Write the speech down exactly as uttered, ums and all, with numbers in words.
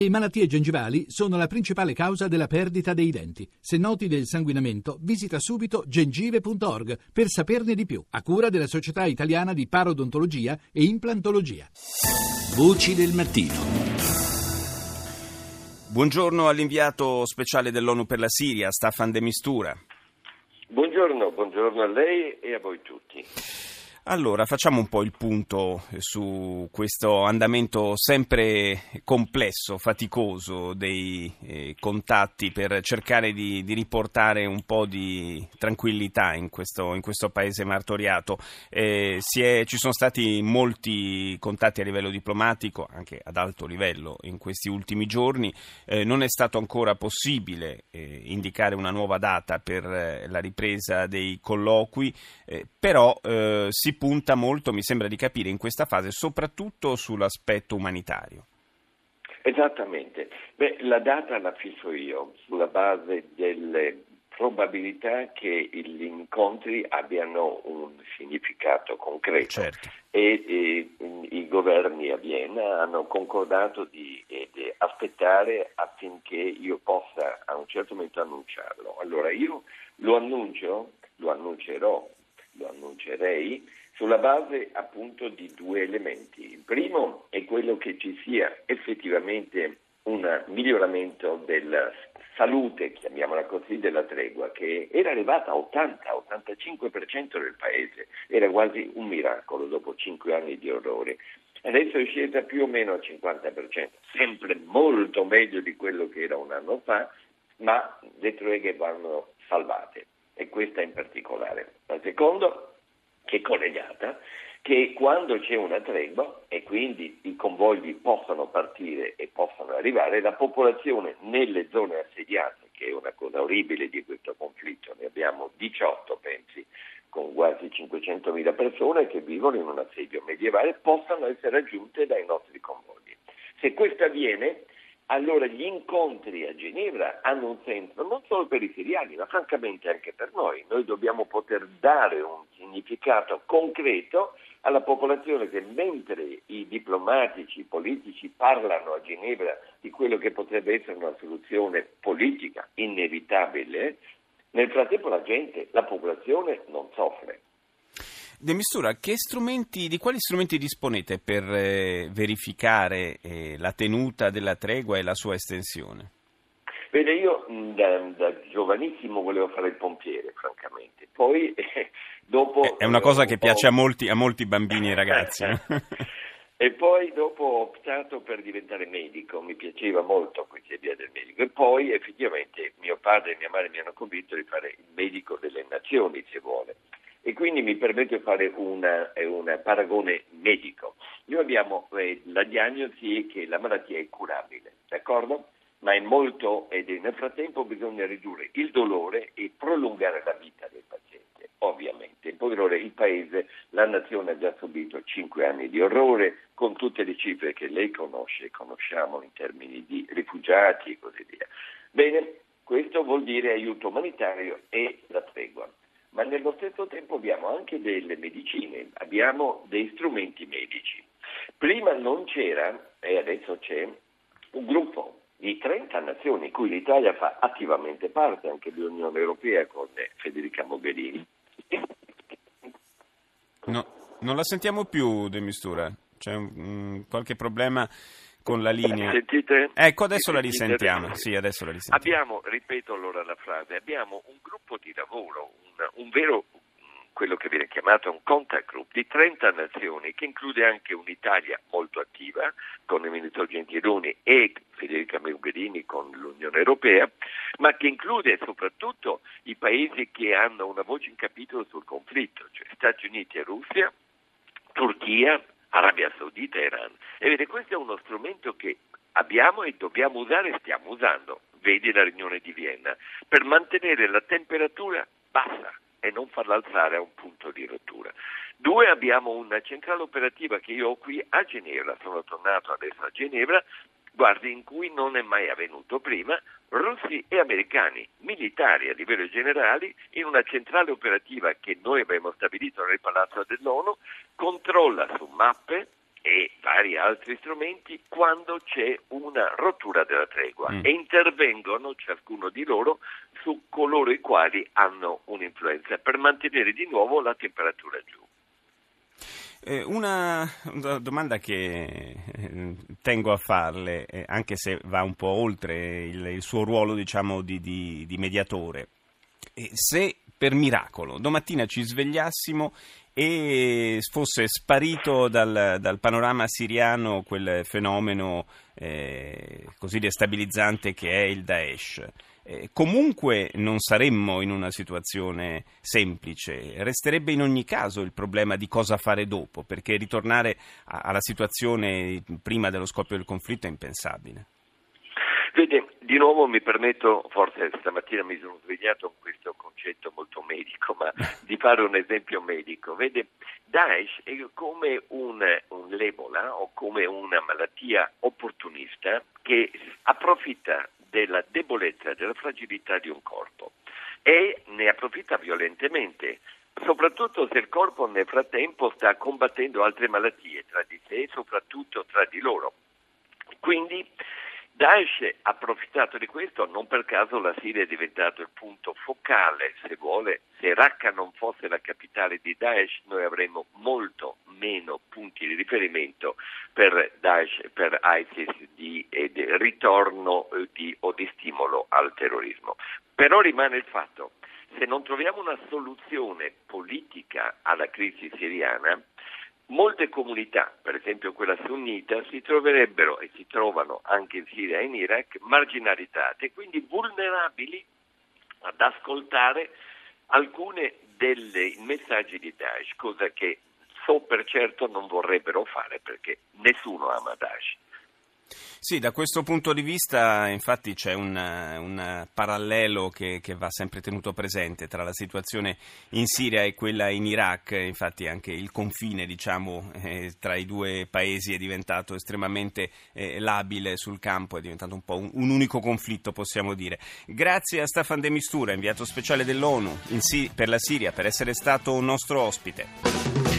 Le malattie gengivali sono la principale causa della perdita dei denti. Se noti del sanguinamento, visita subito gengive punto org per saperne di più, a cura della Società Italiana di Parodontologia e Implantologia. Voci del mattino. Buongiorno all'inviato speciale dell'ONU per la Siria, Staffan de Mistura. Buongiorno, buongiorno a lei e a voi tutti. Allora, facciamo un po' il punto su questo andamento sempre complesso, faticoso dei eh, contatti per cercare di, di riportare un po' di tranquillità in questo, in questo paese martoriato. Eh, si è, ci sono stati molti contatti a livello diplomatico, anche ad alto livello, in questi ultimi giorni. Eh, non è stato ancora possibile eh, indicare una nuova data per eh, la ripresa dei colloqui, eh, però eh, si punta molto, mi sembra di capire, in questa fase soprattutto sull'aspetto umanitario. Esattamente. Beh, la data la fisso io sulla base delle probabilità che gli incontri abbiano un significato concreto. Certo. E, e i governi a Vienna hanno concordato di, eh, di aspettare affinché io possa a un certo momento annunciarlo. Allora io lo annuncio, lo annuncerò, lo annuncerei sulla base appunto di due elementi. Il primo è quello che ci sia effettivamente un miglioramento della salute, chiamiamola così, della tregua, che era arrivata a ottanta ottantacinque per cento del paese, era quasi un miracolo dopo cinque anni di orrore. Adesso è scesa più o meno al cinquanta per cento, sempre molto meglio di quello che era un anno fa, ma le treghe vanno salvate, e questa in particolare. La seconda, che è collegata, che quando c'è una tregua e quindi i convogli possono partire e possono arrivare, la popolazione nelle zone assediate, che è una cosa orribile di questo conflitto, ne abbiamo diciotto, pensi, con quasi cinquecentomila persone che vivono in un assedio medievale, possano essere raggiunte dai nostri convogli. Se questo avviene, allora gli incontri a Ginevra hanno un senso non solo per i siriani, ma francamente anche per noi. Noi dobbiamo poter dare un significato concreto alla popolazione che, mentre i diplomatici, i politici parlano a Ginevra di quello che potrebbe essere una soluzione politica inevitabile, nel frattempo la gente, la popolazione non soffre. De Mistura, che strumenti, di quali strumenti disponete per eh, verificare eh, la tenuta della tregua e la sua estensione? Vede, io da, da giovanissimo volevo fare il pompiere, francamente. Poi eh, dopo... È una cosa che un piace a molti, a molti bambini e ragazzi. E poi dopo ho optato per diventare medico, mi piaceva molto questa idea del medico. E poi effettivamente mio padre e mia madre mi hanno convinto di fare il medico delle nazioni, se vuole. E quindi mi permetto di fare una, un paragone medico. Noi abbiamo eh, la diagnosi che la malattia è curabile, d'accordo? Ma è molto, ed nel frattempo bisogna ridurre il dolore e prolungare la vita del paziente, ovviamente. Poi il paese, la nazione ha già subito cinque anni di orrore, con tutte le cifre che lei conosce e conosciamo in termini di rifugiati e così via. Bene, questo vuol dire aiuto umanitario e la tregua. Ma nello stesso tempo abbiamo anche delle medicine, abbiamo dei strumenti medici. Prima non c'era, e adesso c'è, un gruppo di trenta nazioni, in cui l'Italia fa attivamente parte, anche dell'Unione Europea con Federica Mogherini. No, non la sentiamo più, De Mistura, c'è un, un, qualche problema con la linea. Sentite? Ecco, adesso Mi la sentite? risentiamo. Sì, adesso la risentiamo. Abbiamo, ripeto allora la frase, abbiamo un gruppo di lavoro, un, un vero, quello che viene chiamato un contact group di trenta nazioni, che include anche un'Italia molto attiva, con il ministro Gentiloni e Federica Mogherini con l'Unione Europea, ma che include soprattutto i paesi che hanno una voce in capitolo sul conflitto, cioè Stati Uniti e Russia, Turchia, Arabia Saudita e Iran. E vede, questo è uno strumento che abbiamo e dobbiamo usare e stiamo usando, vedi la riunione di Vienna, per mantenere la temperatura bassa e non farla alzare a un punto di rottura. Due, abbiamo una centrale operativa che io ho qui a Ginevra, sono tornato adesso a Ginevra, guardi, in cui non è mai avvenuto prima, russi e americani, militari a livello generale, in una centrale operativa che noi abbiamo stabilito nel Palazzo dell'ONU, controlla su mappe, e vari altri strumenti quando c'è una rottura della tregua mm. e intervengono ciascuno di loro su coloro i quali hanno un'influenza per mantenere di nuovo la temperatura giù. Eh, una, una domanda che eh, tengo a farle, eh, anche se va un po' oltre il, il suo ruolo, diciamo, di, di, di mediatore. Eh, se per miracolo domattina ci svegliassimo e fosse sparito dal, dal panorama siriano quel fenomeno eh, così destabilizzante che è il Daesh, eh, comunque non saremmo in una situazione semplice, resterebbe in ogni caso il problema di cosa fare dopo, perché ritornare a, alla situazione prima dello scoppio del conflitto è impensabile. Vede, di nuovo mi permetto, forse stamattina mi sono svegliato con questo concetto molto medico, ma di fare un esempio medico. Vede, Daesh è come un, un l'Ebola o come una malattia opportunista che approfitta della debolezza, della fragilità di un corpo e ne approfitta violentemente, soprattutto se il corpo nel frattempo sta combattendo altre malattie tra di sé e soprattutto tra di loro. Quindi Daesh ha approfittato di questo, non per caso la Siria è diventato il punto focale, se vuole. Se Raqqa non fosse la capitale di Daesh, noi avremmo molto meno punti di riferimento per Daesh, per ISIS di, eh, di ritorno eh, di, o di stimolo al terrorismo. Però rimane il fatto, se non troviamo una soluzione politica alla crisi siriana, molte comunità, per esempio quella sunnita, si troverebbero e si trovano anche in Siria e in Iraq marginalizzate e quindi vulnerabili ad ascoltare alcuni dei messaggi di Daesh, cosa che so per certo non vorrebbero fare perché nessuno ama Daesh. Sì, da questo punto di vista infatti c'è un, un parallelo che, che va sempre tenuto presente tra la situazione in Siria e quella in Iraq. Infatti anche il confine, diciamo, eh, tra i due paesi è diventato estremamente eh, labile sul campo, è diventato un po' un, un unico conflitto, possiamo dire. Grazie a Staffan de Mistura, inviato speciale dell'ONU in, per la Siria, per essere stato un nostro ospite.